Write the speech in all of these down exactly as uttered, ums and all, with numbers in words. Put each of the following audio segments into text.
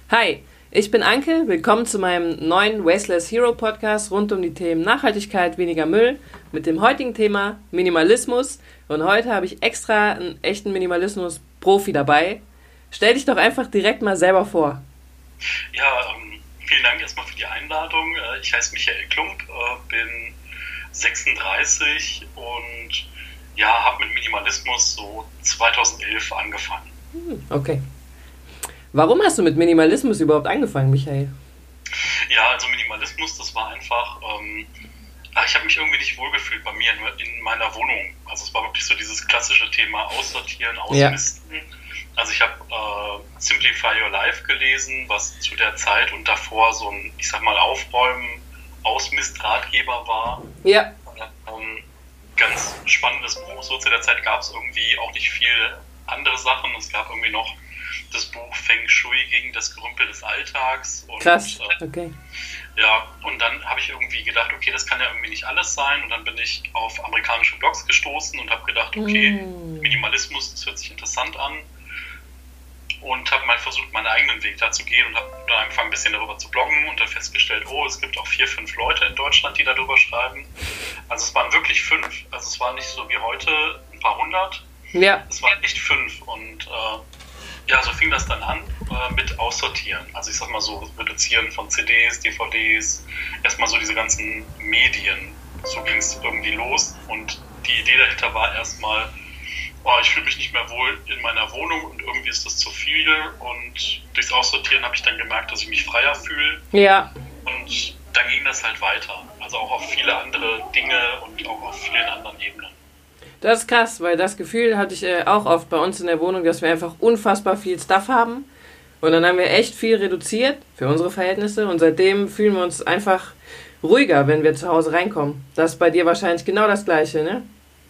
Hi, ich bin Anke, willkommen zu meinem neuen Wasteless Hero Podcast rund um die Themen Nachhaltigkeit, weniger Müll mit dem heutigen Thema Minimalismus. Und heute habe ich extra einen echten Minimalismus-Profi dabei. Stell dich doch einfach direkt mal selber vor. Ja, ähm, vielen Dank erstmal für die Einladung. Ich heiße Michael Klump, äh, bin sechsunddreißig und ja, habe mit Minimalismus so zweitausendelf angefangen. Okay. Warum hast du mit Minimalismus überhaupt angefangen, Michael? Ja, also Minimalismus, das war einfach, ähm, ich habe mich irgendwie nicht wohlgefühlt bei mir in, in meiner Wohnung. Also es war wirklich so dieses klassische Thema Aussortieren, Ausmisten. Ja. Also ich habe äh, Simplify Your Life gelesen, was zu der Zeit und davor so ein, ich sag mal, Aufräumen, Ausmist-Ratgeber war. Ja. Ähm, ganz spannendes Buch. So zu der Zeit gab es irgendwie auch nicht viel andere Sachen. Es gab irgendwie noch das Buch Feng Shui gegen das Gerümpel des Alltags. Und, Krass, okay. Äh, ja, und dann habe ich irgendwie gedacht, okay, das kann ja irgendwie nicht alles sein. Und dann bin ich auf amerikanische Blogs gestoßen und habe gedacht, okay, mm. Minimalismus, das hört sich interessant an. Und habe mal versucht, meinen eigenen Weg da zu gehen und habe dann angefangen, ein bisschen darüber zu bloggen und dann festgestellt, oh, es gibt auch vier, fünf Leute in Deutschland, die darüber schreiben. Also es waren wirklich fünf, also es war nicht so wie heute ein paar hundert. Ja. Es waren echt fünf und äh, ja, so fing das dann an äh, mit Aussortieren. Also ich sag mal so, Reduzieren von C Ds, D V Ds, erstmal so diese ganzen Medien. So ging es irgendwie los und die Idee dahinter war erstmal, oh, ich fühle mich nicht mehr wohl in meiner Wohnung und irgendwie ist das zu viel und durchs Aussortieren habe ich dann gemerkt, dass ich mich freier fühle. Ja. Und dann ging das halt weiter. Also auch auf viele andere Dinge und auch auf vielen anderen Ebenen. Das ist krass, weil das Gefühl hatte ich äh, auch oft bei uns in der Wohnung, dass wir einfach unfassbar viel Stuff haben. Und dann haben wir echt viel reduziert für unsere Verhältnisse. Und seitdem fühlen wir uns einfach ruhiger, wenn wir zu Hause reinkommen. Das ist bei dir wahrscheinlich genau das Gleiche, ne?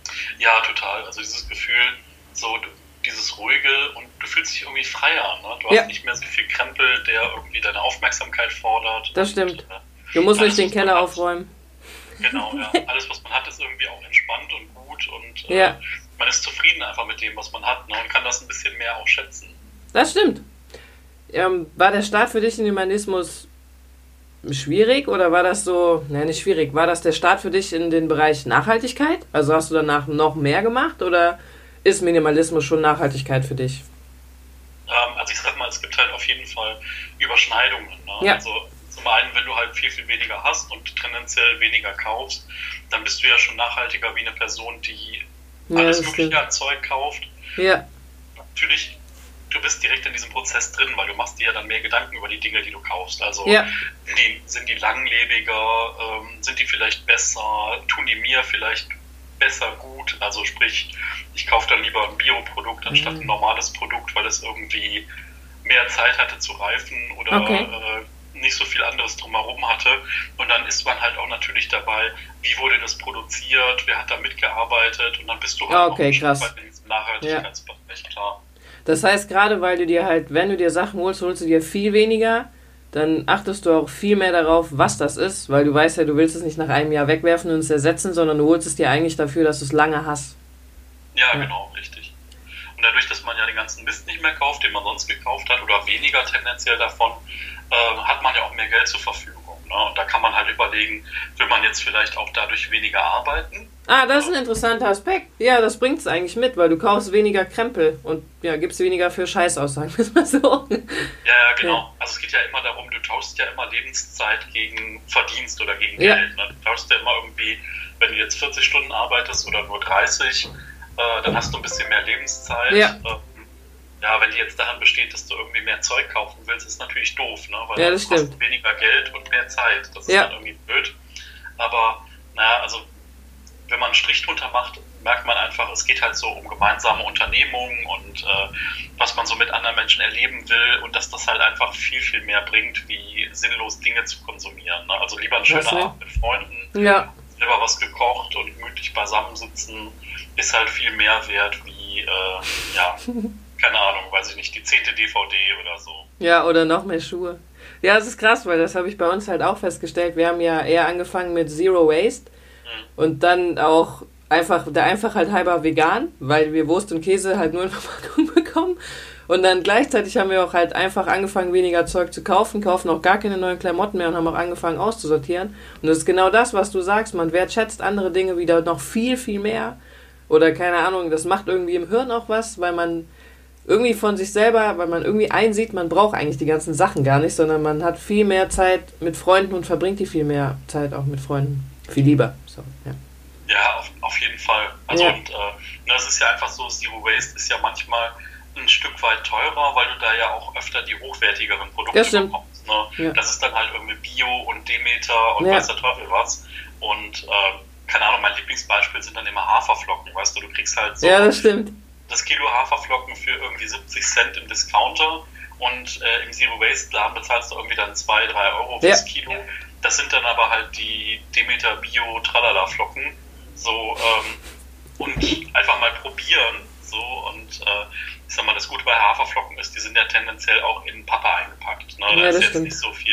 Ja, total. Also dieses Gefühl, so dieses Ruhige und du fühlst dich irgendwie freier. Ne? Du ja. hast nicht mehr so viel Krempel, der irgendwie deine Aufmerksamkeit fordert. Das stimmt. Und, äh, du musst nicht den Keller aufräumen. Genau, ja. Alles, was man hat, ist irgendwie auch entspannt und gut und äh, ja. man ist zufrieden einfach mit dem, was man hat, ne? Und kann das ein bisschen mehr auch schätzen. Das stimmt. Ähm, war der Start für dich in Humanismus schwierig oder war das so, nein, nicht schwierig, war das der Start für dich in den Bereich Nachhaltigkeit? Also hast du danach noch mehr gemacht oder ist Minimalismus schon Nachhaltigkeit für dich? Ähm, also ich sag mal, es gibt halt auf jeden Fall Überschneidungen. Ne? Ja. Also zum einen, wenn du halt viel, viel weniger hast und tendenziell weniger kaufst, dann bist du ja schon nachhaltiger wie eine Person, die ja, alles mögliche an Zeug kauft. Ja. Natürlich, du bist direkt in diesem Prozess drin, weil du machst dir ja dann mehr Gedanken über die Dinge, die du kaufst. Also ja. sind, die, sind die langlebiger, ähm, sind die vielleicht besser, tun die mir vielleicht besser gut? Also sprich, ich kaufe dann lieber ein Bioprodukt anstatt mhm. ein normales Produkt, weil es irgendwie mehr Zeit hatte zu reifen oder okay. äh, nicht so viel anderes drumherum hatte. Und dann ist man halt auch natürlich dabei, wie wurde das produziert, wer hat da mitgearbeitet und dann bist du halt okay, auch krass. in diesem Nachhaltigkeitsbereich, ja. klar. Das heißt, gerade weil du dir halt, wenn du dir Sachen holst, holst du dir viel weniger, dann achtest du auch viel mehr darauf, was das ist, weil du weißt ja, du willst es nicht nach einem Jahr wegwerfen und es ersetzen, sondern du holst es dir eigentlich dafür, dass du es lange hast. Ja, ja, genau, richtig. Und dadurch, dass man ja den ganzen Mist nicht mehr kauft, den man sonst gekauft hat oder weniger tendenziell davon, äh, hat man ja auch mehr Geld zur Verfügung. Ne? Und da kann man halt überlegen, will man jetzt vielleicht auch dadurch weniger arbeiten? Ah, das ist ein interessanter Aspekt. Ja, das bringt es eigentlich mit, weil du kaufst weniger Krempel und ja, gibst weniger für Scheiß aus, sagen wir es mal so. Ja, ja, genau. Ja. Also es geht ja immer darum, du tauschst ja immer Lebenszeit gegen Verdienst oder gegen ja. Geld. Ne? Du tauschst ja immer irgendwie, wenn du jetzt vierzig Stunden arbeitest oder nur dreißig, äh, dann hast du ein bisschen mehr Lebenszeit. Ja. Äh, Ja, wenn die jetzt daran besteht, dass du irgendwie mehr Zeug kaufen willst, ist natürlich doof, ne? Weil ja, das das kostet weniger Geld und mehr Zeit. Das ist ja. dann irgendwie blöd. Aber, naja, also, wenn man einen Strich drunter macht, merkt man einfach, es geht halt so um gemeinsame Unternehmungen und äh, was man so mit anderen Menschen erleben will und dass das halt einfach viel, viel mehr bringt, wie sinnlos Dinge zu konsumieren. Ne? Also lieber ein schöner Abend mit Freunden, ja. selber was gekocht und gemütlich beisammensitzen, ist halt viel mehr wert wie, äh, ja... keine Ahnung, weiß ich nicht, die zehnte D V D oder so. Ja, oder noch mehr Schuhe. Ja, das ist krass, weil das habe ich bei uns halt auch festgestellt. Wir haben ja eher angefangen mit Zero Waste mhm. und dann auch einfach, der Einfachheit halber vegan, weil wir Wurst und Käse halt nur in Verpackung bekommen. Und dann gleichzeitig haben wir auch halt einfach angefangen, weniger Zeug zu kaufen, kaufen auch gar keine neuen Klamotten mehr und haben auch angefangen auszusortieren. Und das ist genau das, was du sagst. Man wertschätzt andere Dinge wieder noch viel, viel mehr. Oder keine Ahnung, das macht irgendwie im Hirn auch was, weil man irgendwie von sich selber, weil man irgendwie einsieht, man braucht eigentlich die ganzen Sachen gar nicht, sondern man hat viel mehr Zeit mit Freunden und verbringt die viel mehr Zeit auch mit Freunden. Viel lieber. So, ja. Ja, auf, auf jeden Fall. Also Ja. und äh, das ist ja einfach so, Zero Waste ist ja manchmal ein Stück weit teurer, weil du da ja auch öfter die hochwertigeren Produkte Das stimmt. bekommst. Ne? Ja. Das ist dann halt irgendwie Bio und Demeter und Ja. weiß der Teufel was. Und äh, keine Ahnung, mein Lieblingsbeispiel sind dann immer Haferflocken, weißt du, du kriegst halt so Ja, das stimmt. das Kilo Haferflocken für irgendwie siebzig Cent im Discounter und äh, im Zero Waste Laden bezahlst du irgendwie dann zwei, drei Euro fürs Ja. Kilo. Das sind dann aber halt die Demeter Bio Tralala Flocken. So, ähm, und einfach mal probieren. So, und äh, ich sag mal, das Gute bei Haferflocken ist, die sind ja tendenziell auch in Papa eingepackt. Ne? Da Ja, ist das jetzt stimmt. nicht so viel,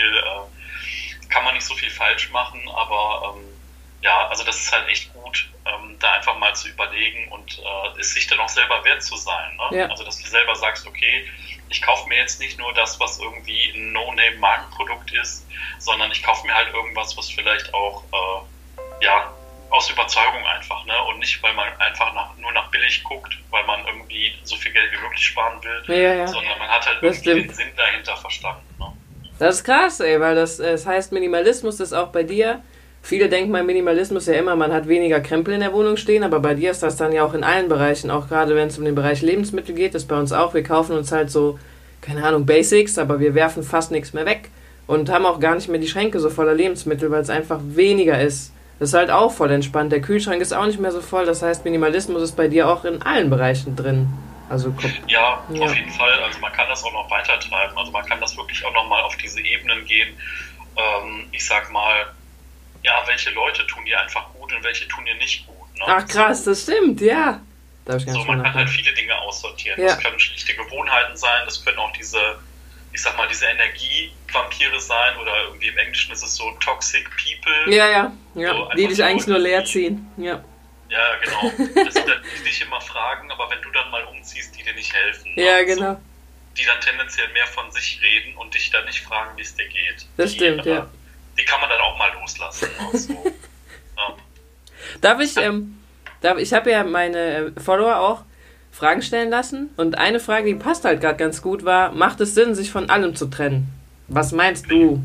äh, kann man nicht so viel falsch machen, aber ähm, ja, also das ist halt echt gut, ähm, da einfach mal zu überlegen und äh, es sich dann auch selber wert zu sein. Ne? Ja. Also dass du selber sagst, okay, ich kaufe mir jetzt nicht nur das, was irgendwie ein No-Name-Markenprodukt ist, sondern ich kaufe mir halt irgendwas, was vielleicht auch äh, ja, aus Überzeugung einfach, ne? Und nicht, weil man einfach nach, nur nach billig guckt, weil man irgendwie so viel Geld wie möglich sparen will, Ja, ja. sondern man hat halt Das irgendwie stimmt. den Sinn dahinter verstanden. Ne? Das ist krass, ey, weil das, äh, das heißt, Minimalismus ist auch bei dir. Viele denken bei Minimalismus ja immer, man hat weniger Krempel in der Wohnung stehen, aber bei dir ist das dann ja auch in allen Bereichen, auch gerade wenn es um den Bereich Lebensmittel geht, ist bei uns auch, wir kaufen uns halt so, keine Ahnung, Basics, aber wir werfen fast nichts mehr weg und haben auch gar nicht mehr die Schränke so voller Lebensmittel, weil es einfach weniger ist. Das ist halt auch voll entspannt. Der Kühlschrank ist auch nicht mehr so voll, das heißt, Minimalismus ist bei dir auch in allen Bereichen drin. Also guck. Ja, Ja. auf jeden Fall. Also man kann das auch noch weiter treiben. Also man kann das wirklich auch noch mal auf diese Ebenen gehen. Ähm, ich sag mal, ja, welche Leute tun dir einfach gut und welche tun dir nicht gut. Ne? Ach krass, das stimmt, ja. Da hab ich gar So, nicht man drüber kann halt nachgedacht. viele Dinge aussortieren. Ja. Das können schlichte Gewohnheiten sein, das können auch diese, ich sag mal, diese Energievampire sein oder irgendwie im Englischen ist es so Toxic People. Ja, ja, ja. So, Die einfach dich so eigentlich nur leer die- ziehen. Ja, Ja, genau. Das sind dann die, die dich immer fragen, aber wenn du dann mal umziehst, die dir nicht helfen. ne? ja So, genau. die dann tendenziell mehr von sich reden und dich dann nicht fragen, wie es dir geht. Das die, stimmt, äh, ja. Die kann man dann auch mal loslassen. Ne? So. Ja. Darf ich, ähm, darf, ich habe ja meine äh, Follower auch Fragen stellen lassen und eine Frage, die passt halt gerade ganz gut, war, macht es Sinn, sich von allem zu trennen? Was meinst du?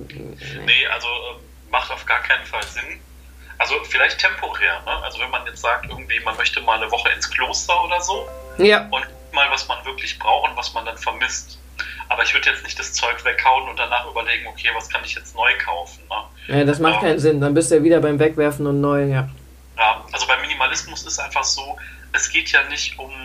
Nee, also äh, macht auf gar keinen Fall Sinn. Also vielleicht temporär, ne? Also wenn man jetzt sagt, irgendwie, man möchte mal eine Woche ins Kloster oder so Ja, und mal, was man wirklich braucht und was man dann vermisst. Aber ich würde jetzt nicht das Zeug weghauen und danach überlegen, okay, was kann ich jetzt neu kaufen, ne? ja, das macht keinen Sinn. Dann bist du ja wieder beim Wegwerfen und neu, ja. Ja, also beim Minimalismus ist einfach so, es geht ja nicht um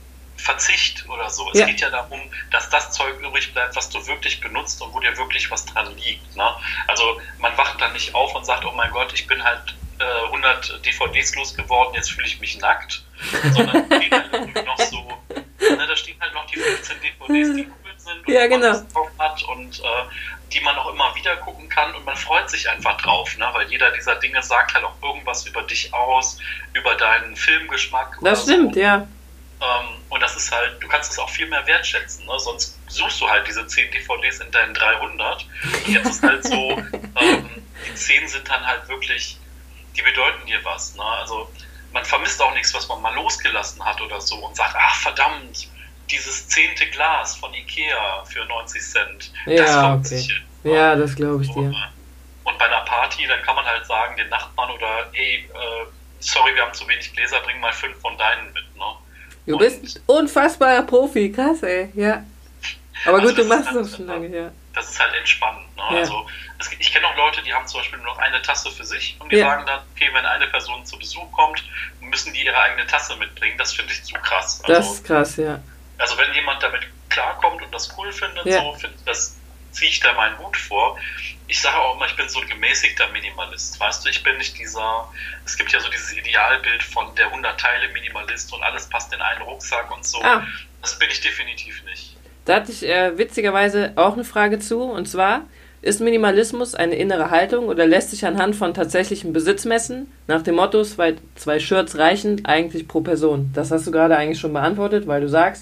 Verzicht oder so. Es Ja. geht ja darum, dass das Zeug übrig bleibt, was du wirklich benutzt und wo dir wirklich was dran liegt. Ne? Also man wacht dann nicht auf und sagt, oh mein Gott, ich bin halt äh, hundert D V Ds losgeworden, jetzt fühle ich mich nackt. Sondern da stehen halt irgendwie noch so, ne, da stehen halt noch die fünfzehn D V Ds, die cool sind und Ja, wo man genau. Lust drauf hat und äh, die man auch immer wieder gucken kann und man freut sich einfach drauf, ne? Weil jeder dieser Dinge sagt halt auch irgendwas über dich aus, über deinen Filmgeschmack. Das oder stimmt, so. ja. Ähm, und das ist halt, du kannst es auch viel mehr wertschätzen, ne? Sonst suchst du halt diese zehn D V Ds in deinen dreihundert und jetzt ist halt so, ähm, die zehn sind dann halt wirklich, die bedeuten dir was, ne? Also man vermisst auch nichts, was man mal losgelassen hat oder so und sagt, ach verdammt, dieses zehnte Glas von Ikea für neunzig Cent, das Ja, vermisse okay. ich jetzt, ne? Ja, das glaube ich So, dir. und bei einer Party, dann kann man halt sagen, den Nachbarn oder, hey, äh, sorry, wir haben zu wenig Gläser, bring mal fünf von deinen mit, ne? Du Und- bist unfassbarer Profi, krass, ey, ja. Aber Also gut, du das machst ist das halt schon einfach- lange, ja. Das ist halt entspannend. Ne? Ja. Also es, ich kenne auch Leute, die haben zum Beispiel nur noch eine Tasse für sich und die Ja. sagen dann, okay, wenn eine Person zu Besuch kommt, müssen die ihre eigene Tasse mitbringen. Das finde ich zu krass. Das Also, ist krass, ja. also wenn jemand damit klarkommt und das cool findet, Ja. so find, das ziehe ich da meinen Hut vor. Ich sage auch immer, ich bin so ein gemäßigter Minimalist. Weißt du, ich bin nicht dieser, es gibt ja so dieses Idealbild von der hundert-Teile-Minimalist und alles passt in einen Rucksack und so. Ah. Das bin ich definitiv nicht. Da hatte ich äh, witzigerweise auch eine Frage zu, und zwar, ist Minimalismus eine innere Haltung oder lässt sich anhand von tatsächlichem Besitz messen? Nach dem Motto, zwei, zwei Shirts reichen eigentlich pro Person. Das hast du gerade eigentlich schon beantwortet, weil du sagst,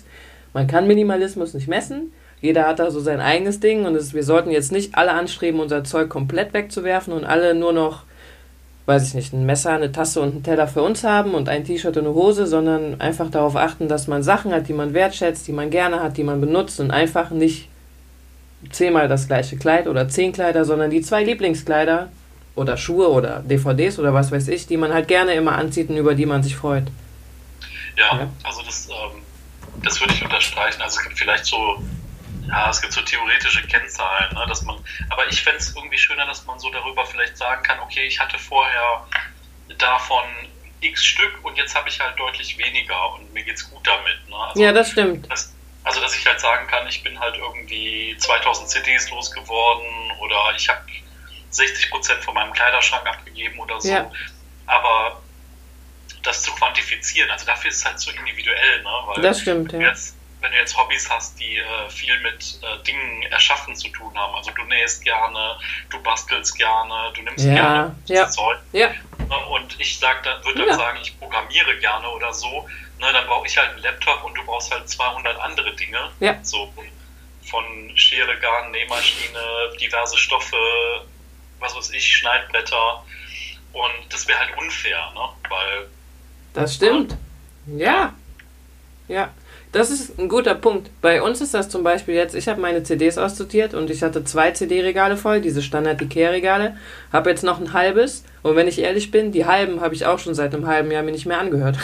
man kann Minimalismus nicht messen. Jeder hat da so sein eigenes Ding und es, wir sollten jetzt nicht alle anstreben, unser Zeug komplett wegzuwerfen und alle nur noch, weiß ich nicht, ein Messer, eine Tasse und einen Teller für uns haben und ein T-Shirt und eine Hose, sondern einfach darauf achten, dass man Sachen hat, die man wertschätzt, die man gerne hat, die man benutzt und einfach nicht zehnmal das gleiche Kleid oder zehn Kleider, sondern die zwei Lieblingskleider oder Schuhe oder D V Ds oder was weiß ich, die man halt gerne immer anzieht und über die man sich freut. Ja, ja. also das, ähm, das würde ich unterstreichen. Also es gibt vielleicht so, ja, es gibt so theoretische Kennzahlen, ne, dass man, aber ich fände es irgendwie schöner, dass man so darüber vielleicht sagen kann, okay, ich hatte vorher davon x Stück und jetzt habe ich halt deutlich weniger und mir geht's gut damit. Ne? Also, ja, das stimmt. Das, also, dass ich halt sagen kann, ich bin halt irgendwie zweitausend C Ds losgeworden oder ich habe sechzig Prozent von meinem Kleiderschrank abgegeben oder so. Ja. Aber das zu quantifizieren, also dafür ist es halt so individuell, ne? Weil das stimmt, ja. Jetzt, wenn du jetzt Hobbys hast, die äh, viel mit äh, Dingen erschaffen zu tun haben, also du nähst gerne, du bastelst gerne, du nimmst ja, gerne ja. das Zeug. Ja. Und ich sag dann, würde dann ja. sagen, ich programmiere gerne oder so, ne, dann brauche ich halt einen Laptop und du brauchst halt zweihundert andere Dinge. Ja. So von Schere, Garn, Nähmaschine, diverse Stoffe, was weiß ich, Schneidbretter. Und das wäre halt unfair, ne? Weil. Das stimmt. Ja. Ja. Das ist ein guter Punkt. Bei uns ist das zum Beispiel jetzt, ich habe meine C Ds aussortiert und ich hatte zwei C D-Regale voll, diese Standard-Ikea-Regale, habe jetzt noch ein halbes und wenn ich ehrlich bin, die halben habe ich auch schon seit einem halben Jahr mir nicht mehr angehört.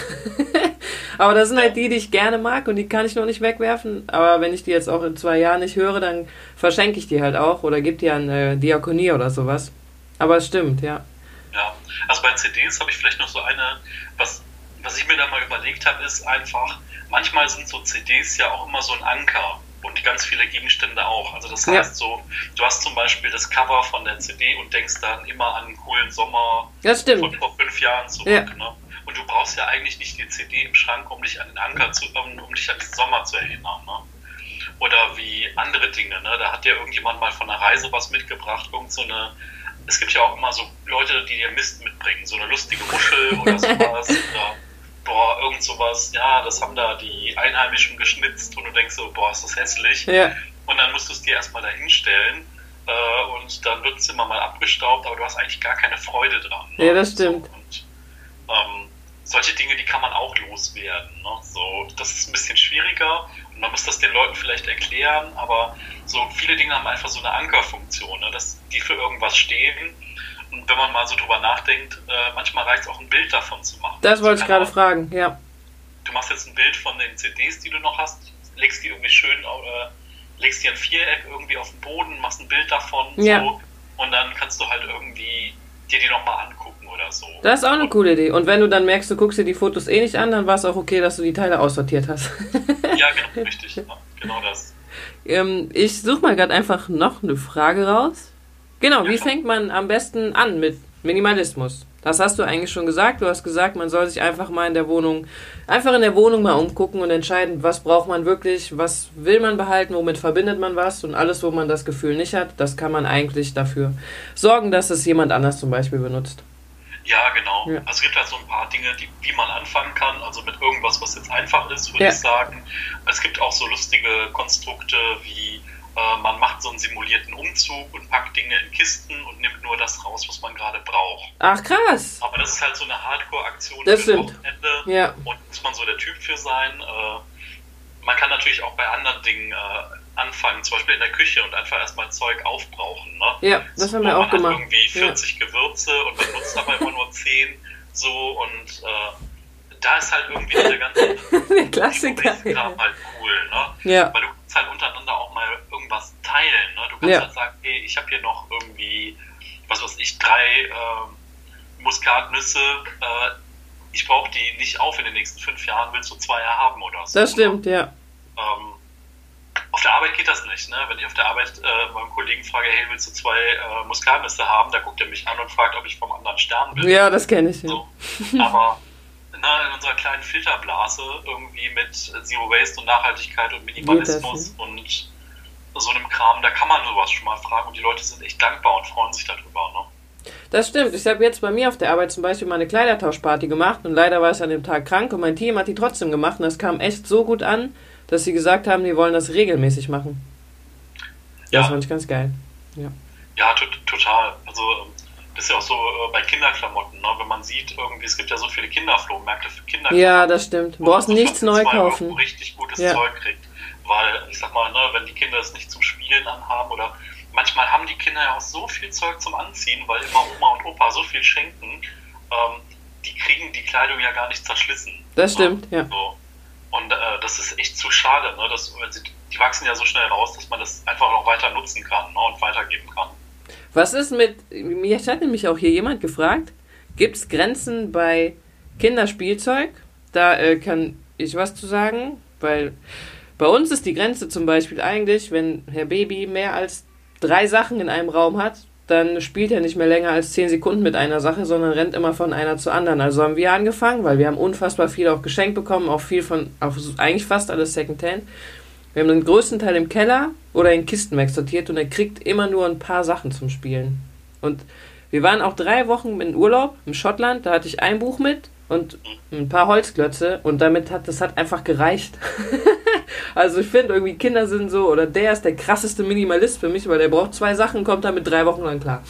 Aber das sind halt die, die ich gerne mag und die kann ich noch nicht wegwerfen, aber wenn ich die jetzt auch in zwei Jahren nicht höre, dann verschenke ich die halt auch oder gebe die an äh, Diakonie oder sowas. Aber es stimmt, ja. Ja, also bei C Ds habe ich vielleicht noch so eine, was, was ich mir da mal überlegt habe, ist einfach, manchmal sind so C Ds ja auch immer so ein Anker und ganz viele Gegenstände auch. Also das heißt ja. so, du hast zum Beispiel das Cover von der C D und denkst dann immer an einen coolen Sommer das stimmt. von vor fünf Jahren zurück. Ja. Ne? Und du brauchst ja eigentlich nicht die C D im Schrank, um dich an den Anker zu, um, um dich an diesen Sommer zu erinnern. Ne? Oder wie andere Dinge. Ne? Da hat dir irgendjemand mal von einer Reise was mitgebracht, irgend so eine. Es gibt ja auch immer so Leute, die dir Mist mitbringen, so eine lustige Muschel oder sowas. Oder boah, irgend sowas, ja, das haben da die Einheimischen geschnitzt und du denkst so, boah, ist das hässlich. Ja. Und dann musst du es dir erstmal da hinstellen äh, und dann wird es immer mal abgestaubt, aber du hast eigentlich gar keine Freude dran. Ne? Ja, das stimmt. So, und ähm, solche Dinge, die kann man auch loswerden. Ne? So, das ist ein bisschen schwieriger und man muss das den Leuten vielleicht erklären, aber so viele Dinge haben einfach so eine Ankerfunktion, ne? Dass die für irgendwas stehen. Und wenn man mal so drüber nachdenkt, äh, manchmal reicht es auch ein Bild davon zu machen. Das wollte ich gerade fragen, ja. Du machst jetzt ein Bild von den C Ds, die du noch hast, legst die irgendwie schön, äh, legst dir ein Viereck irgendwie auf den Boden, machst ein Bild davon, ja. so, und dann kannst du halt irgendwie dir die nochmal angucken oder so. Das ist auch eine coole Idee. Und wenn du dann merkst, du guckst dir die Fotos eh nicht an, dann war es auch okay, dass du die Teile aussortiert hast. Ja, genau, richtig. Ja, genau das. Ähm, ich suche mal gerade einfach noch eine Frage raus. Genau, wie fängt man am besten an mit Minimalismus? Das hast du eigentlich schon gesagt. Du hast gesagt, man soll sich einfach mal in der Wohnung, einfach in der Wohnung mal umgucken und entscheiden, was braucht man wirklich, was will man behalten, womit verbindet man was und alles, wo man das Gefühl nicht hat, das kann man eigentlich dafür sorgen, dass es jemand anders zum Beispiel benutzt. Ja, genau. Ja. Also es gibt halt so ein paar Dinge, die, wie man anfangen kann, also mit irgendwas, was jetzt einfach ist, würde ja. ich sagen. Es gibt auch so lustige Konstrukte wie äh, man macht so einen simulierten Umzug und packt Dinge in Kisten und nimmt nur das raus, was man gerade braucht. Ach, krass. Aber das ist halt so eine Hardcore-Aktion das für stimmt. das Wochenende. Ja. Und muss man so der Typ für sein. Äh, man kann natürlich auch bei anderen Dingen äh, anfangen, zum Beispiel in der Küche und einfach erstmal Zeug aufbrauchen. Ne? Ja, das so, haben wir auch man gemacht. Hat irgendwie vierzig ja. Gewürze und man nutzt aber immer nur zehn. So und äh, da ist halt irgendwie der ganze der Klassiker Kram halt cool. Ne? Ja. Weil du kannst halt untereinander auch mal irgendwas teilen. Ne? Du kannst ja. halt sagen, hey, ich habe hier noch irgendwie, was weiß ich, drei äh, Muskatnüsse. Äh, ich brauche die nicht auf in den nächsten fünf Jahren, willst du zwei haben oder so. Das stimmt, oder? ja. Ähm, auf der Arbeit geht das nicht. Ne? Wenn ich auf der Arbeit äh, meinem Kollegen frage, hey, willst du zwei äh, Muskatnüsse haben, da guckt er mich an und fragt, ob ich vom anderen Stern bin. Ja, das kenne ich. Ja. So. Aber na, in unserer kleinen Filterblase irgendwie mit Zero Waste und Nachhaltigkeit und Minimalismus das, und so einem Kram, da kann man sowas schon mal fragen und die Leute sind echt dankbar und freuen sich darüber. Ne? Das stimmt. Ich habe jetzt bei mir auf der Arbeit zum Beispiel mal eine Kleidertauschparty gemacht und leider war ich an dem Tag krank und mein Team hat die trotzdem gemacht und das kam echt so gut an, dass sie gesagt haben, die wollen das regelmäßig machen. Ja. Das fand ich ganz geil. Ja, Ja, to total. Also das ist ja auch so äh, bei Kinderklamotten, ne? Wenn man sieht, irgendwie, es gibt ja so viele Kinderflohmärkte für Kinderklamotten. ja, das stimmt. Du brauchst wo man so nichts für neu zwei Euro kaufen. richtig gutes Ja. Zeug kriegt. Weil, ich sag mal, ne, wenn die Kinder es nicht zum Spielen anhaben oder manchmal haben die Kinder ja auch so viel Zeug zum Anziehen, weil immer Oma und Opa so viel schenken, ähm, die kriegen die Kleidung ja gar nicht zerschlissen. Das stimmt, ne? ja. So. Und äh, das ist echt zu schade. Ne? Das, die wachsen ja so schnell raus, dass man das einfach noch weiter nutzen kann, ne? Und weitergeben kann. Was ist mit, mir hat nämlich auch hier jemand gefragt, gibt es Grenzen bei Kinderspielzeug? Da äh, kann ich was zu sagen, weil bei uns ist die Grenze zum Beispiel eigentlich, wenn Herr Baby mehr als drei Sachen in einem Raum hat, dann spielt er nicht mehr länger als zehn Sekunden mit einer Sache, sondern rennt immer von einer zur anderen. Also haben wir angefangen, weil wir haben unfassbar viel auch geschenkt bekommen, auch viel von, auch eigentlich fast alles Secondhand. Wir haben den größten Teil im Keller oder in Kisten wegsortiert und er kriegt immer nur ein paar Sachen zum Spielen. Und wir waren auch drei Wochen in Urlaub in Schottland, da hatte ich ein Buch mit und ein paar Holzklötze und damit hat das hat einfach gereicht. Also ich finde irgendwie Kinder sind so, oder der ist der krasseste Minimalist für mich, weil der braucht zwei Sachen, kommt damit drei Wochen lang klar.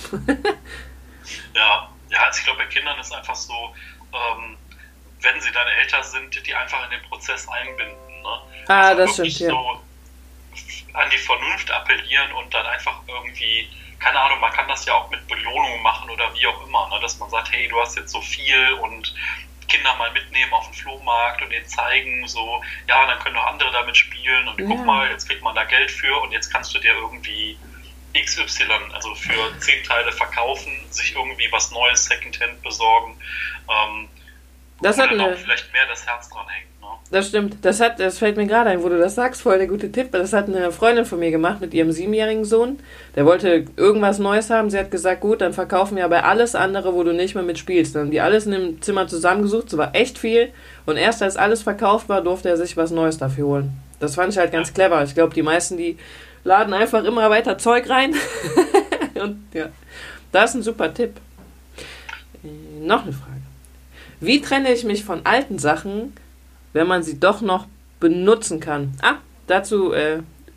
Ja, ja, also ich glaube, bei Kindern ist einfach so, ähm, wenn sie dann älter sind, die einfach in den Prozess einbinden. Ne? Ah, also das wirklich stimmt, ja. so an die Vernunft appellieren und dann einfach irgendwie, keine Ahnung, man kann das ja auch mit Belohnungen machen oder wie auch immer, ne? Dass man sagt, hey, du hast jetzt so viel und Kinder mal mitnehmen auf den Flohmarkt und denen zeigen, so, ja, dann können auch andere damit spielen und Ja. guck mal, jetzt kriegt man da Geld für und jetzt kannst du dir irgendwie X Y, also für zehn Teile verkaufen, sich irgendwie was Neues Secondhand besorgen, ähm, Das wo hat dann eine, auch vielleicht mehr das Herz dran hängt. Ne? das stimmt. Das hat, das fällt mir gerade ein, wo du das sagst, voll der gute Tipp. Das hat eine Freundin von mir gemacht mit ihrem siebenjährigen Sohn. Der wollte irgendwas Neues haben. Sie hat gesagt, gut, dann verkaufen wir aber alles andere, wo du nicht mehr mitspielst. Dann haben die alles in dem Zimmer zusammengesucht. Es war echt viel. Und erst als alles verkauft war, durfte er sich was Neues dafür holen. Das fand ich halt ganz clever. Ich glaube, die meisten, die laden einfach immer weiter Zeug rein. Und ja, das ist ein super Tipp. Äh, noch eine Frage. Wie trenne ich mich von alten Sachen, wenn man sie doch noch benutzen kann? Ah, dazu äh,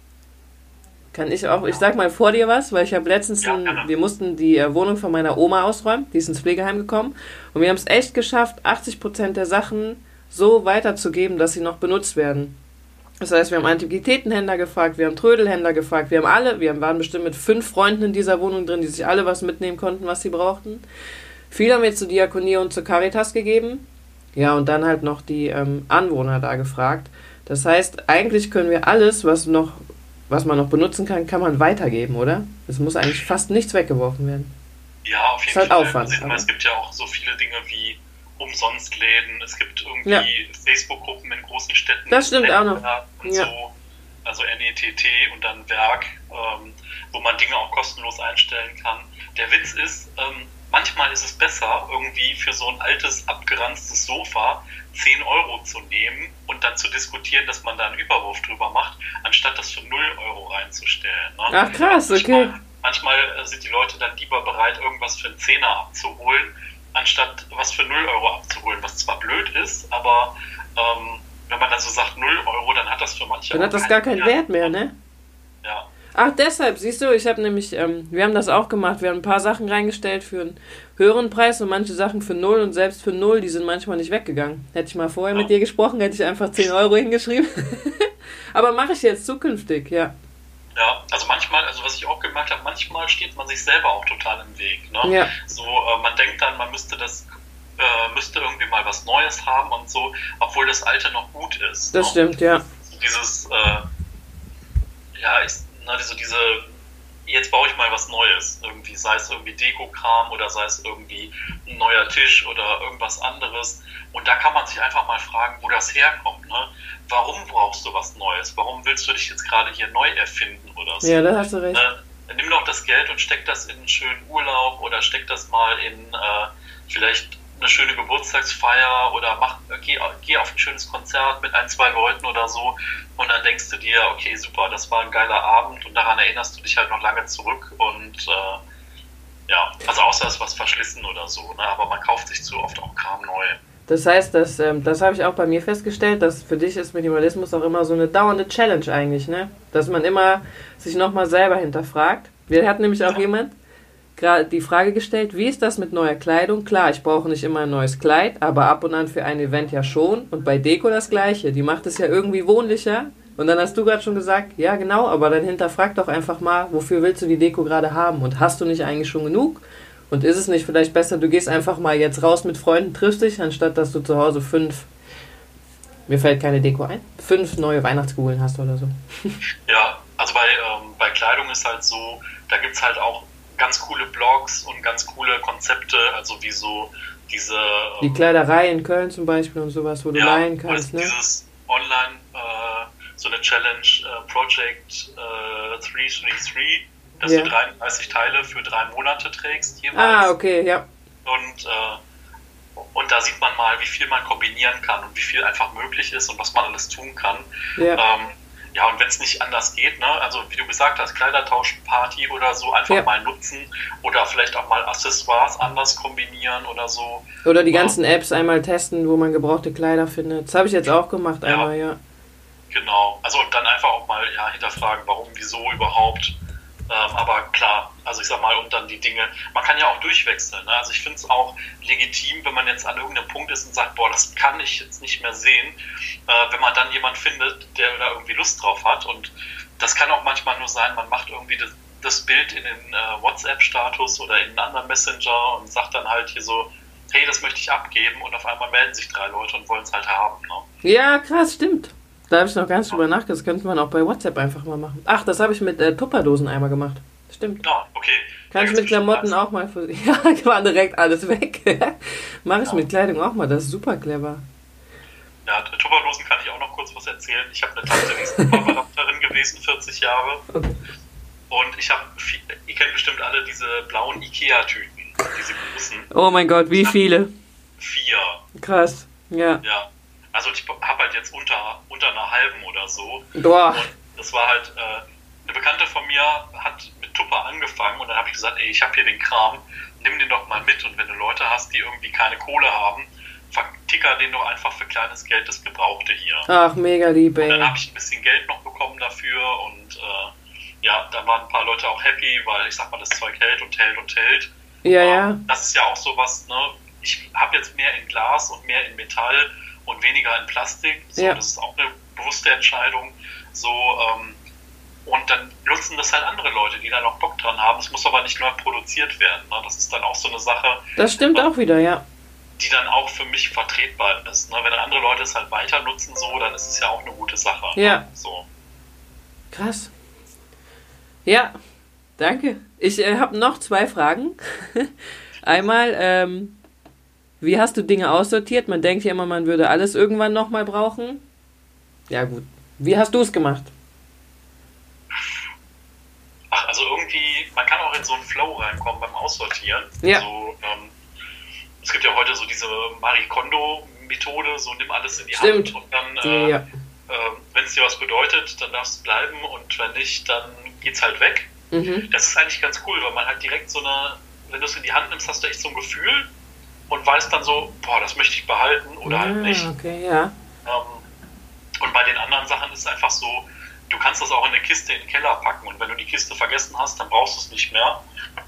kann ich auch, ich sag mal vor dir was, weil ich habe letztens, Ja, ein, gerne. wir mussten die äh, Wohnung von meiner Oma ausräumen, die ist ins Pflegeheim gekommen und wir haben es echt geschafft, achtzig Prozent der Sachen so weiterzugeben, dass sie noch benutzt werden. Das heißt, wir haben Antiquitätenhändler gefragt, wir haben Trödelhändler gefragt, wir haben alle, wir waren bestimmt mit fünf Freunden in dieser Wohnung drin, die sich alle was mitnehmen konnten, was sie brauchten. Viel haben wir zur Diakonie und zur Caritas gegeben. Ja, und dann halt noch die ähm, Anwohner da gefragt. Das heißt, eigentlich können wir alles, was noch, was man noch benutzen kann, kann man weitergeben, oder? Es muss eigentlich fast nichts weggeworfen werden. Ja, auf jeden Ist halt Fall. Aufwand, Also, aber- es gibt ja auch so viele Dinge wie Umsonstläden, es gibt irgendwie Ja. Facebook-Gruppen in großen Städten. Das stimmt auch noch. Netzwerk Und Ja. so, also N E T T und dann Werk, ähm, wo man Dinge auch kostenlos einstellen kann. Der Witz ist, ähm, manchmal ist es besser, irgendwie für so ein altes, abgeranztes Sofa zehn Euro zu nehmen und dann zu diskutieren, dass man da einen Überwurf drüber macht, anstatt das für null Euro reinzustellen. Ne? Ach krass, okay. Manchmal, manchmal äh, sind die Leute dann lieber bereit, irgendwas für einen Zehner abzuholen, anstatt was für null Euro abzuholen, was zwar blöd ist, aber ähm, wenn man dann so sagt null Euro, dann hat das für manche Dann auch hat das gar keinen Wert mehr, ne? Ja. Ach, deshalb, siehst du, ich habe nämlich, ähm, wir haben das auch gemacht, wir haben ein paar Sachen reingestellt für einen höheren Preis und manche Sachen für null und selbst für null, die sind manchmal nicht weggegangen. Hätte ich mal vorher Ja. mit dir gesprochen, hätte ich einfach zehn Euro hingeschrieben. Aber mache ich jetzt zukünftig, ja. Ja, also manchmal, also was ich auch gemerkt habe, manchmal steht man sich selber auch total im Weg. Ne? Ja. So, äh, man denkt dann, man müsste das, äh, müsste irgendwie mal was Neues haben und so, obwohl das Alte noch gut ist. Das ne? stimmt, ja. So dieses, äh, ja, ich, na, so diese, jetzt baue ich mal was Neues, irgendwie, sei es irgendwie Deko-Kram oder sei es irgendwie ein neuer Tisch oder irgendwas anderes. Und da kann man sich einfach mal fragen, wo das herkommt. Ne? Warum brauchst du was Neues? Warum willst du dich jetzt gerade hier neu erfinden oder so? Ja, da hast du recht. Äh, nimm doch das Geld und steck das in einen schönen Urlaub oder steck das mal in äh, vielleicht eine schöne Geburtstagsfeier oder mach, äh, geh, geh auf ein schönes Konzert mit ein, zwei Leuten oder so und dann denkst du dir, okay, super, das war ein geiler Abend und daran erinnerst du dich halt noch lange zurück und äh, ja, also außer es ist was verschlissen oder so, ne? Aber man kauft sich zu oft auch Kram neu. Das heißt, dass, ähm, das habe ich auch bei mir festgestellt, dass für dich ist Minimalismus auch immer so eine dauernde Challenge eigentlich, ne? Dass man immer sich nochmal selber hinterfragt. Wir hatten nämlich auch ja. jemand gerade die Frage gestellt, wie ist das mit neuer Kleidung? Klar, ich brauche nicht immer ein neues Kleid, aber ab und an für ein Event ja schon. Und bei Deko das Gleiche. Die macht es ja irgendwie wohnlicher. Und dann hast du gerade schon gesagt, ja genau, aber dann hinterfrag doch einfach mal, wofür willst du die Deko gerade haben? Und hast du nicht eigentlich schon genug? Und ist es nicht vielleicht besser, du gehst einfach mal jetzt raus mit Freunden, triffst dich, anstatt dass du zu Hause fünf, mir fällt keine Deko ein, fünf neue Weihnachtskugeln hast oder so. Ja, also bei, ähm, bei Kleidung ist halt so, da gibt es halt auch ganz coole Blogs und ganz coole Konzepte, also wie so diese... Ähm, die Kleiderei in Köln zum Beispiel und sowas, wo du ja, leihen kannst, ne? Dieses Online, äh, so eine Challenge, äh, Project äh, drei drei drei, dass ja. du dreiunddreißig Teile für drei Monate trägst jeweils. Ah, okay, ja. Und, äh, und da sieht man mal, wie viel man kombinieren kann und wie viel einfach möglich ist und was man alles tun kann. Ja, ähm, ja und wenn es nicht anders geht, ne, also wie du gesagt hast, Kleidertauschparty oder so, einfach ja. mal nutzen oder vielleicht auch mal Accessoires anders kombinieren oder so. Oder die ganzen ähm, Apps einmal testen, wo man gebrauchte Kleider findet. Das habe ich jetzt auch gemacht ja, einmal, ja. Genau, also und dann einfach auch mal ja, hinterfragen, warum, wieso überhaupt. Ähm, aber klar, also ich sag mal, und dann die Dinge, man kann ja auch durchwechseln. Ne? Also ich finde es auch legitim, wenn man jetzt an irgendeinem Punkt ist und sagt, boah, das kann ich jetzt nicht mehr sehen, äh, wenn man dann jemanden findet, der da irgendwie Lust drauf hat. Und das kann auch manchmal nur sein, man macht irgendwie das, das Bild in den äh, WhatsApp-Status oder in einen anderen Messenger und sagt dann halt hier so, hey, das möchte ich abgeben, und auf einmal melden sich drei Leute und wollen es halt haben. Ne? Ja, krass, stimmt. Da habe ich noch gar nicht drüber nachgedacht. Das könnte man auch bei WhatsApp einfach mal machen. Ach, das habe ich mit äh, Tupperdosen einmal gemacht. Stimmt. Ja, okay. Kann ich mit Klamotten auch mal... Für, ja, war direkt alles weg. Mache ich ja. mit Kleidung auch mal. Das ist super clever. Ja, Tupperdosen kann ich auch noch kurz was erzählen. Ich habe eine Tante, die ist Tupperberaterin gewesen, vierzig Jahre. Okay. Und ich habe... Ihr kennt bestimmt alle diese blauen Ikea-Tüten. Diese großen. Oh mein Gott, wie viele? Vier. Krass, ja. Ja. Also ich habe halt jetzt unter, unter einer halben oder so. Boah. Und das war halt, äh, eine Bekannte von mir hat mit Tupper angefangen und dann habe ich gesagt, ey, ich habe hier den Kram, nimm den doch mal mit, und wenn du Leute hast, die irgendwie keine Kohle haben, verticker den doch einfach für kleines Geld das Gebrauchte hier. Ach, mega lieb, ey. Und dann habe ich ein bisschen Geld noch bekommen dafür und äh, ja, da waren ein paar Leute auch happy, weil ich sag mal, das Zeug hält und hält und hält. Ja, ähm, ja. Das ist ja auch sowas, ne? Ich habe jetzt mehr in Glas und mehr in Metall und weniger in Plastik. So, ja. Das ist auch eine bewusste Entscheidung. So, ähm, und dann nutzen das halt andere Leute, die da noch Bock dran haben. Es muss aber nicht neu produziert werden. Ne? Das ist dann auch so eine Sache. Das stimmt auch wieder, ja. Die dann auch für mich vertretbar ist. Ne? Wenn andere Leute es halt weiter nutzen, so, dann ist es ja auch eine gute Sache. Ja. Ne? So. Krass. Ja, danke. Ich äh, habe noch zwei Fragen. Einmal, ähm, wie hast du Dinge aussortiert? Man denkt ja immer, man würde alles irgendwann nochmal brauchen. Ja gut. Wie hast du es gemacht? Ach, also irgendwie, man kann auch in so einen Flow reinkommen beim Aussortieren. Ja. So, ähm, es gibt ja heute so diese Marie Kondo-Methode, so nimm alles in die Stimmt. Hand und dann, äh, ja. äh, wenn es dir was bedeutet, dann darfst du bleiben, und wenn nicht, dann geht's halt weg. Mhm. Das ist eigentlich ganz cool, weil man halt direkt so eine, wenn du es in die Hand nimmst, hast du echt so ein Gefühl und weißt dann so, boah, das möchte ich behalten oder ja, halt nicht. Okay, ja. Ähm, und bei den anderen Sachen ist es einfach so, du kannst das auch in eine Kiste in den Keller packen, und wenn du die Kiste vergessen hast, dann brauchst du es nicht mehr.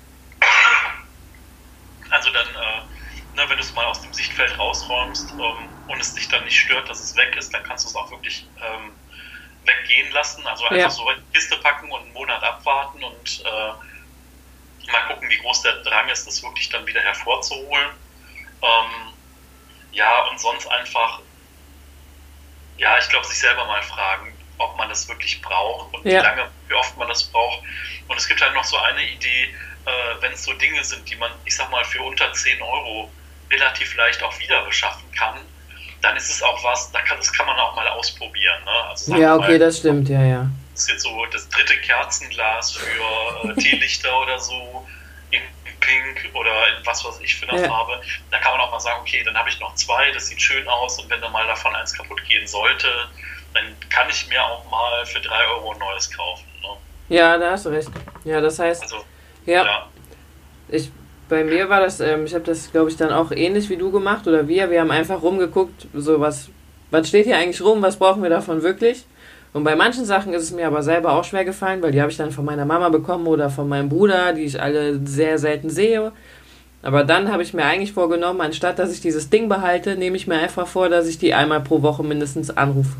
Also dann, äh, ne, wenn du es mal aus dem Sichtfeld rausräumst ähm, und es dich dann nicht stört, dass es weg ist, dann kannst du es auch wirklich ähm, weggehen lassen. Also einfach ja. so in die Kiste packen und einen Monat abwarten und äh, mal gucken, wie groß der Drang ist, das wirklich dann wieder hervorzuholen. Ähm, ja, und sonst einfach, ja, ich glaube, sich selber mal fragen, ob man das wirklich braucht und ja. wie lange, wie oft man das braucht. Und es gibt halt noch so eine Idee, äh, wenn es so Dinge sind, die man, ich sag mal, für unter zehn Euro relativ leicht auch wieder beschaffen kann, dann ist es auch was, da kann, das kann man auch mal ausprobieren. Ne? Also ja, okay, mal, das stimmt, ja, ja. Das ist jetzt so das dritte Kerzenglas für äh, Teelichter oder so, in Pink oder in was weiß ich für eine ja. Farbe. Da kann man auch mal sagen, okay, dann habe ich noch zwei, das sieht schön aus, und wenn dann mal davon eins kaputt gehen sollte, dann kann ich mir auch mal für drei Euro ein neues kaufen. Ne? Ja, da hast du recht. Ja, das heißt, also, ja, ja. ich Bei mir war das, ähm, ich habe das, glaube ich, dann auch ähnlich wie du gemacht oder wir. Wir haben einfach rumgeguckt, so was, was steht hier eigentlich rum, was brauchen wir davon wirklich? Und bei manchen Sachen ist es mir aber selber auch schwer gefallen, weil die habe ich dann von meiner Mama bekommen oder von meinem Bruder, die ich alle sehr selten sehe. Aber dann habe ich mir eigentlich vorgenommen, anstatt dass ich dieses Ding behalte, nehme ich mir einfach vor, dass ich die einmal pro Woche mindestens anrufe.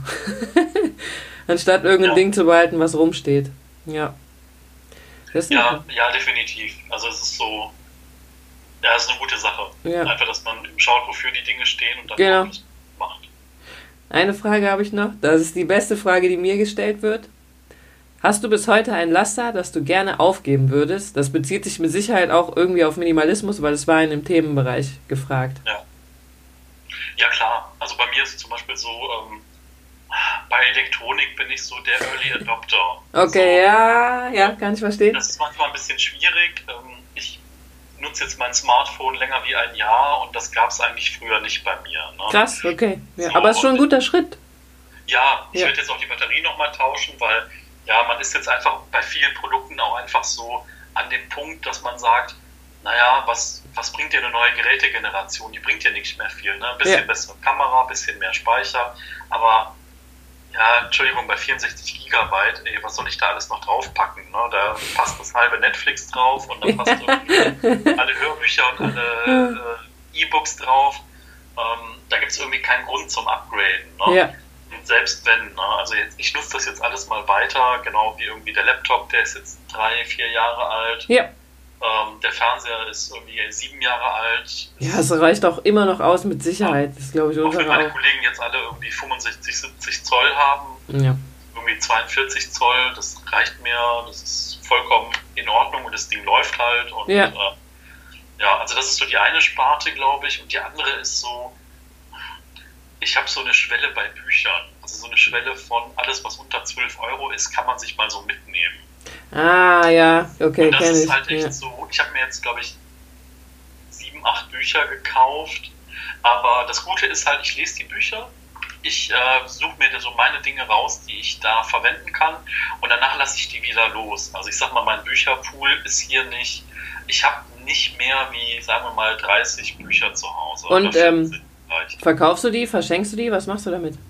Anstatt irgendein ja. Ding zu behalten, was rumsteht. Ja. Das ja, ja, definitiv. Also es ist so, ja, es ist eine gute Sache. Ja. Einfach, dass man schaut, wofür die Dinge stehen und dann genau. das macht. Eine Frage habe ich noch. Das ist die beste Frage, die mir gestellt wird. Hast du bis heute ein Laster, das du gerne aufgeben würdest? Das bezieht sich mit Sicherheit auch irgendwie auf Minimalismus, weil es war in dem Themenbereich gefragt. Ja, ja klar. Also bei mir ist es zum Beispiel so, ähm, bei Elektronik bin ich so der Early Adopter. Okay, so, ja, ja, kann ich verstehen. Das ist manchmal ein bisschen schwierig. Ähm, ich nutze jetzt mein Smartphone länger wie ein Jahr und das gab es eigentlich früher nicht bei mir. Ne? Krass, okay. Ja, so, aber es ist schon ein guter Schritt. Ja, ich ja. werde jetzt auch die Batterie nochmal tauschen, weil ja, man ist jetzt einfach bei vielen Produkten auch einfach so an dem Punkt, dass man sagt, naja, was, was bringt dir eine neue Gerätegeneration? Die bringt dir nicht mehr viel. Ne? Ein bisschen ja. bessere Kamera, ein bisschen mehr Speicher, aber ja, Entschuldigung, bei vierundsechzig Gigabyte, ey, was soll ich da alles noch draufpacken? Ne? Da passt das halbe Netflix drauf und dann passt irgendwie alle Hörbücher und alle äh, E-Books drauf. Ähm, da gibt es irgendwie keinen Grund zum Upgraden. Ne? Ja. Und selbst wenn, ne? Also jetzt, ich nutze das jetzt alles mal weiter, genau wie irgendwie der Laptop, der ist jetzt drei, vier Jahre alt. Ja. Ähm, der Fernseher ist irgendwie sieben Jahre alt. Ja, es reicht auch immer noch aus mit Sicherheit. Das ist, glaube ich, auch wenn meine auch. Kollegen jetzt alle irgendwie fünfundsechzig, siebzig Zoll haben, ja. irgendwie zweiundvierzig Zoll, das reicht mir, das ist vollkommen in Ordnung und das Ding läuft halt. Und ja, äh, ja also das ist so die eine Sparte, glaube ich. Und die andere ist so, ich habe so eine Schwelle bei Büchern. Also so eine Schwelle von alles, was unter zwölf Euro ist, kann man sich mal so mitnehmen. Ah, ja, okay, und das kenn ist ich. halt echt ja. so, ich habe mir jetzt, glaube ich, sieben, acht Bücher gekauft, aber das Gute ist halt, ich lese die Bücher, ich äh, suche mir so meine Dinge raus, die ich da verwenden kann und danach lasse ich die wieder los. Also ich sag mal, mein Bücherpool ist hier nicht, ich habe nicht mehr wie, sagen wir mal, dreißig Bücher zu Hause. Und ähm, verkaufst du die, verschenkst du die, was machst du damit?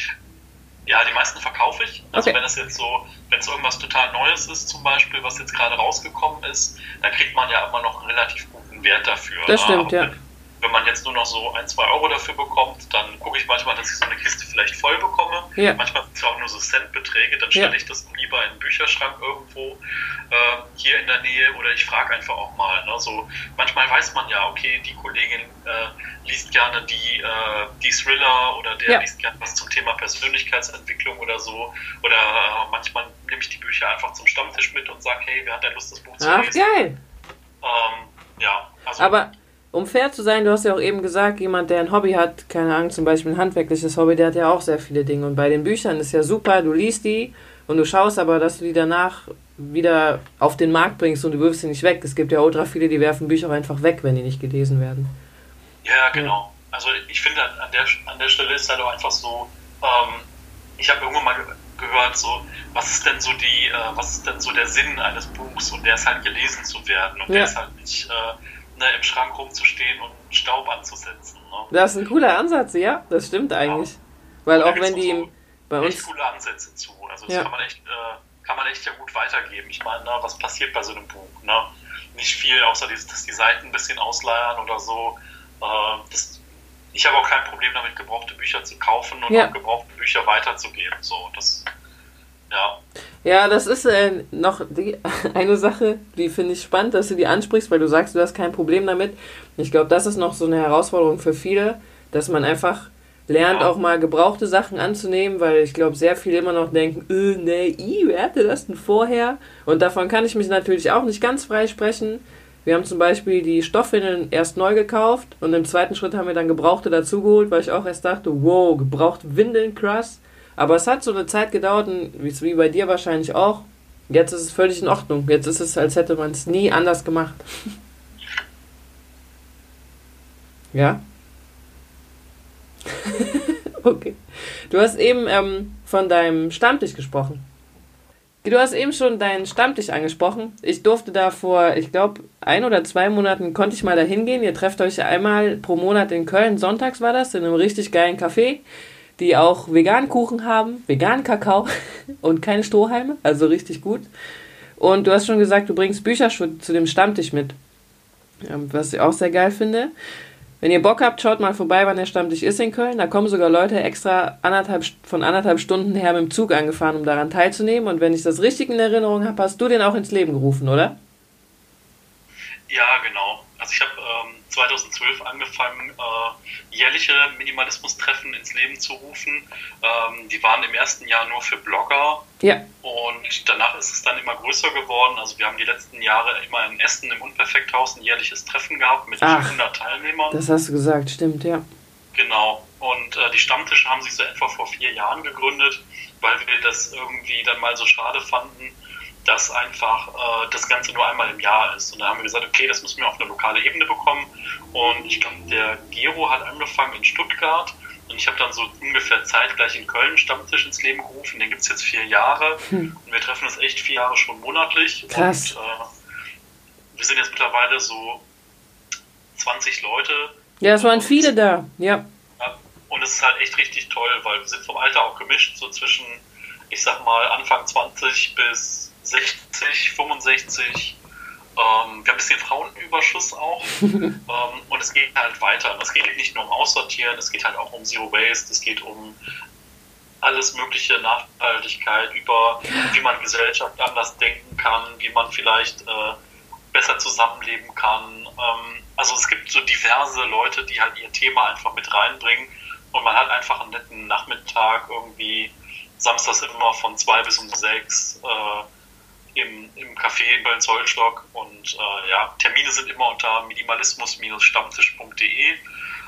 Ja, die meisten verkaufe ich. Also okay. wenn es jetzt so, wenn es irgendwas total Neues ist zum Beispiel, was jetzt gerade rausgekommen ist, dann kriegt man ja immer noch einen relativ guten Wert dafür. Das stimmt, ja. ja. Wenn man jetzt nur noch so ein, zwei Euro dafür bekommt, dann gucke ich manchmal, dass ich so eine Kiste vielleicht voll bekomme. Ja. Manchmal sind es ja auch nur so Centbeträge, dann stelle ja. ich das lieber in den Bücherschrank irgendwo äh, hier in der Nähe oder ich frage einfach auch mal. Ne? So, manchmal weiß man ja, okay, die Kollegin äh, liest gerne die, äh, die Thriller oder der ja. liest gerne was zum Thema Persönlichkeitsentwicklung oder so. Oder äh, manchmal nehme ich die Bücher einfach zum Stammtisch mit und sage, hey, wer hat denn Lust, das Buch zu Ach, lesen? Geil! Ähm, ja, also... Aber um fair zu sein, du hast ja auch eben gesagt, jemand, der ein Hobby hat, keine Ahnung, zum Beispiel ein handwerkliches Hobby, der hat ja auch sehr viele Dinge. Und bei den Büchern ist ja super, du liest die und du schaust aber, dass du die danach wieder auf den Markt bringst und du wirfst sie nicht weg. Es gibt ja ultra viele, die werfen Bücher auch einfach weg, wenn die nicht gelesen werden. Ja, genau. Ja. Also ich finde, an der, an der Stelle ist halt auch einfach so, ähm, ich habe irgendwann mal gehört, so, was ist denn so die, äh, was ist denn so der Sinn eines Buchs? Und der ist halt gelesen zu werden und ja. der ist halt nicht... Äh, im Schrank rumzustehen und Staub anzusetzen. Ne? Das ist ein cooler Ansatz, ja, das stimmt eigentlich. Ja. Weil auch wenn die so bei uns... echt coole Ansätze zu. Also das ja. kann man echt, äh, kann man echt ja gut weitergeben. Ich meine, ne, was passiert bei so einem Buch? Ne? Nicht viel, außer dieses, dass die Seiten ein bisschen ausleiern oder so. Äh, das, ich habe auch kein Problem damit, gebrauchte Bücher zu kaufen und ja. auch gebrauchte Bücher weiterzugeben. So, das... Ja. Ja, das ist äh, noch die, eine Sache, die finde ich spannend, dass du die ansprichst, weil du sagst, du hast kein Problem damit. Ich glaube, das ist noch so eine Herausforderung für viele, dass man einfach lernt, ja. auch mal gebrauchte Sachen anzunehmen, weil ich glaube, sehr viele immer noch denken, äh, nee, i, wer hatte das denn vorher? Und davon kann ich mich natürlich auch nicht ganz frei sprechen. Wir haben zum Beispiel die Stoffwindeln erst neu gekauft und im zweiten Schritt haben wir dann gebrauchte dazugeholt, weil ich auch erst dachte, wow, gebrauchte Windeln, krass. Aber es hat so eine Zeit gedauert, wie bei dir wahrscheinlich auch. Jetzt ist es völlig in Ordnung. Jetzt ist es, als hätte man es nie anders gemacht. Ja? Okay. Du hast eben ähm, von deinem Stammtisch gesprochen. Du hast eben schon deinen Stammtisch angesprochen. Ich durfte da vor, ich glaube, ein oder zwei Monaten konnte ich mal da hingehen. Ihr trefft euch einmal pro Monat in Köln. Sonntags war das, in einem richtig geilen Café, die auch veganen Kuchen haben, veganen Kakao und keine Strohhalme. Also richtig gut. Und du hast schon gesagt, du bringst Bücher zu dem Stammtisch mit. Was ich auch sehr geil finde. Wenn ihr Bock habt, schaut mal vorbei, wann der Stammtisch ist in Köln. Da kommen sogar Leute extra anderthalb, von anderthalb Stunden her mit dem Zug angefahren, um daran teilzunehmen. Und wenn ich das richtig in Erinnerung habe, hast du den auch ins Leben gerufen, oder? Ja, genau. Also ich habe ähm, zweitausendzwölf angefangen, äh, jährliche Minimalismus-Treffen ins Leben zu rufen. Ähm, die waren im ersten Jahr nur für Blogger. Ja. Und danach ist es dann immer größer geworden. Also wir haben die letzten Jahre immer in Essen im Unperfekthaus ein jährliches Treffen gehabt mit Ach, hundert Teilnehmern. Das hast du gesagt, stimmt, ja. Genau. Und äh, die Stammtische haben sich so etwa vor vier Jahren gegründet, weil wir das irgendwie dann mal so schade fanden, dass einfach äh, das Ganze nur einmal im Jahr ist. Und dann haben wir gesagt, okay, das müssen wir auf eine lokale Ebene bekommen. Und ich glaube, der Gero hat angefangen in Stuttgart. Und ich habe dann so ungefähr zeitgleich in Köln einen Stammtisch ins Leben gerufen. Den gibt es jetzt vier Jahre. Hm. Und wir treffen uns echt vier Jahre schon monatlich. Krass. Und äh, wir sind jetzt mittlerweile so zwanzig Leute. Ja, es waren viele da, ja. ja. Und es ist halt echt richtig toll, weil wir sind vom Alter auch gemischt, so zwischen, ich sag mal, Anfang zwanzig bis sechzig, fünfundsechzig. Ähm, wir haben ein bisschen Frauenüberschuss auch. ähm, und es geht halt weiter. Es geht nicht nur um Aussortieren, es geht halt auch um Zero Waste, es geht um alles mögliche Nachhaltigkeit, über wie man Gesellschaft anders denken kann, wie man vielleicht äh, besser zusammenleben kann. Ähm, also es gibt so diverse Leute, die halt ihr Thema einfach mit reinbringen und man hat einfach einen netten Nachmittag irgendwie samstags immer von zwei bis um sechs äh, im, im Café in Köln-Zollstock und äh, ja, Termine sind immer unter minimalismus Stammtisch punkt de. Ähm,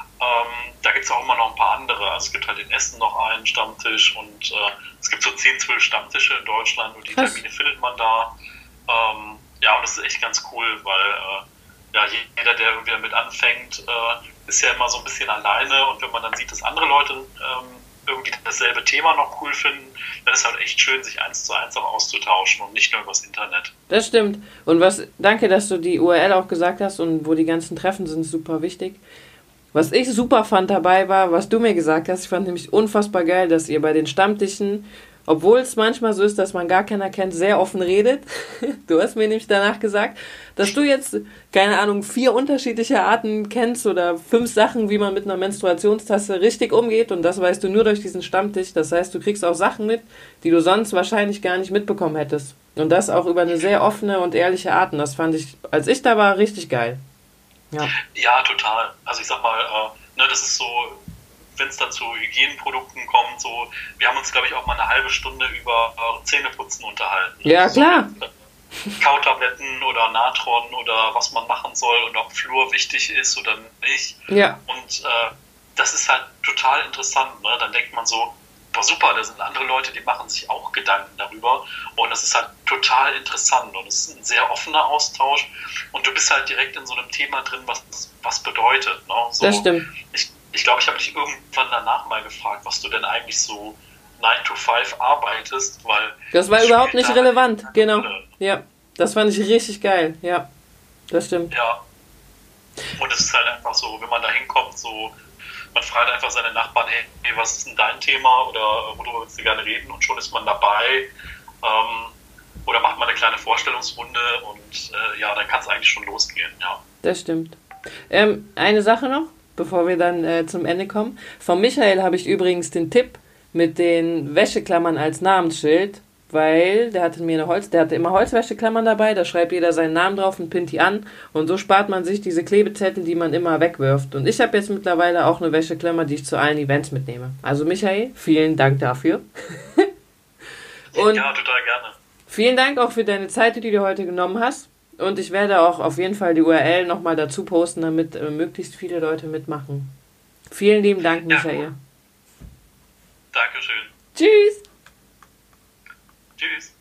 da gibt es auch immer noch ein paar andere. Also es gibt halt in Essen noch einen Stammtisch und äh, es gibt so zehn, zwölf Stammtische in Deutschland und die Krass. Termine findet man da. Ähm, ja, und das ist echt ganz cool, weil äh, ja, jeder, der irgendwie damit anfängt, äh, ist ja immer so ein bisschen alleine und wenn man dann sieht, dass andere Leute ähm, irgendwie dasselbe Thema noch cool finden, dann ist halt echt schön, sich eins zu eins auch auszutauschen und nicht nur übers Internet. Das stimmt. Und was, danke, dass du die U R L auch gesagt hast und wo die ganzen Treffen sind, super wichtig. Was ich super fand dabei war, was du mir gesagt hast, ich fand nämlich unfassbar geil, dass ihr bei den Stammtischen, obwohl es manchmal so ist, dass man gar keiner kennt, sehr offen redet. Du hast mir nämlich danach gesagt, dass du jetzt, keine Ahnung, vier unterschiedliche Arten kennst oder fünf Sachen, wie man mit einer Menstruationstasse richtig umgeht und das weißt du nur durch diesen Stammtisch. Das heißt, du kriegst auch Sachen mit, die du sonst wahrscheinlich gar nicht mitbekommen hättest. Und das auch über eine sehr offene und ehrliche Art. Und das fand ich, als ich da war, richtig geil. Ja, ja total. Also ich sag mal, äh, ne, das ist so, wenn es dann zu Hygieneprodukten kommt, so, wir haben uns, glaube ich, auch mal eine halbe Stunde über äh, Zähneputzen unterhalten. Ja, also klar. So, Kautabletten oder Natron oder was man machen soll und ob Fluor wichtig ist oder nicht. Ja. Und äh, das ist halt total interessant. Ne? Dann denkt man so, boah, super, da sind andere Leute, die machen sich auch Gedanken darüber. Und das ist halt total interessant und es ist ein sehr offener Austausch. Und du bist halt direkt in so einem Thema drin, was was bedeutet. Ne? So, das stimmt. Ich ich, glaube, ich habe dich irgendwann danach mal gefragt, was du denn eigentlich so nine to five arbeitest, weil... Das war das überhaupt nicht da relevant, halt genau. Rolle. Ja, das fand ich richtig geil, ja, das stimmt. Ja, und es ist halt einfach so, wenn man da hinkommt, so, man fragt einfach seine Nachbarn, hey, hey, was ist denn dein Thema oder worüber willst du gerne reden und schon ist man dabei. Ähm, oder macht man eine kleine Vorstellungsrunde und äh, ja, dann kann es eigentlich schon losgehen, ja. Das stimmt. Ähm, eine Sache noch, bevor wir dann äh, zum Ende kommen. Von Michael habe ich übrigens den Tipp mit den Wäscheklammern als Namensschild, weil der hatte mir eine Holz, der hatte immer Holzwäscheklammern dabei, da schreibt jeder seinen Namen drauf und pinnt die an und so spart man sich diese Klebezettel, die man immer wegwirft. Und ich habe jetzt mittlerweile auch eine Wäscheklammer, die ich zu allen Events mitnehme. Also Michael, vielen Dank dafür. Und ja, total gerne. Vielen Dank auch für deine Zeit, die du dir heute genommen hast. Und ich werde auch auf jeden Fall die U R L nochmal dazu posten, damit äh, möglichst viele Leute mitmachen. Vielen lieben Dank, Michael. Ja. Dankeschön. Tschüss. Tschüss.